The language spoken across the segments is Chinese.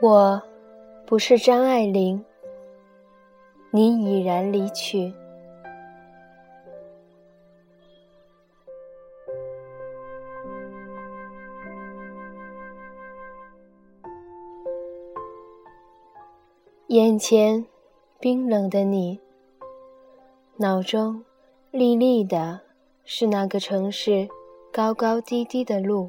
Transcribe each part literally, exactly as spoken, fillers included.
我不是张爱玲，你已然离去。眼前冰冷的你，脑中历历的是那个城市高高低低的路。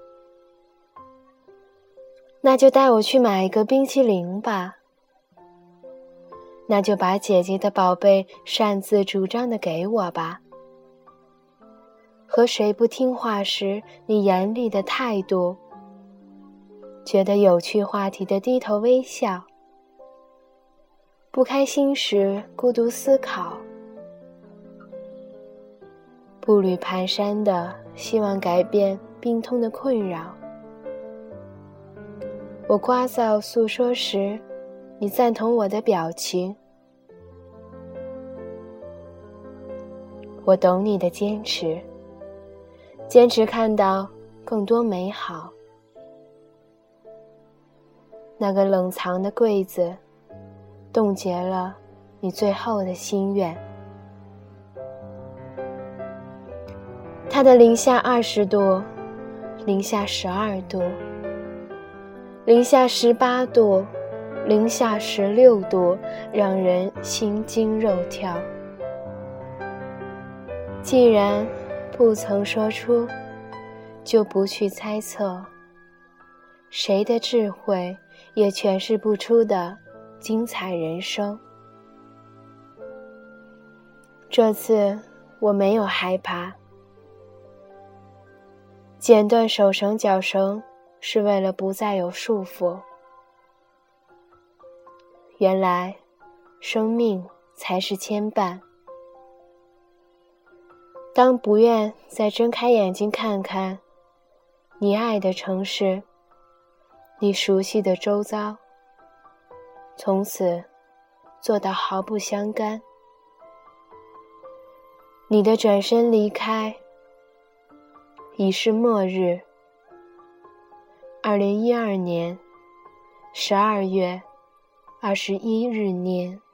那就带我去买一个冰淇淋吧，那就把姐姐的宝贝擅自主张的给我吧。和谁不听话时你严厉的态度，觉得有趣话题的低头微笑，不开心时孤独思考，步履蹒跚的希望改变病痛的困扰。我聒噪诉说时，你赞同我的表情。我懂你的坚持，坚持看到更多美好。那个冷藏的柜子，冻结了你最后的心愿。它的零下二十度，零下十二度。零下十八度，零下十六度，让人心惊肉跳。既然不曾说出，就不去猜测，谁的智慧也诠释不出的精彩人生。这次我没有害怕，剪断手绳脚绳是为了不再有束缚。原来生命才是牵绊。当不愿再睁开眼睛看看你爱的城市，你熟悉的周遭，从此做到毫不相干。你的转身离开已是末日。二零一二年十二月二十一日年。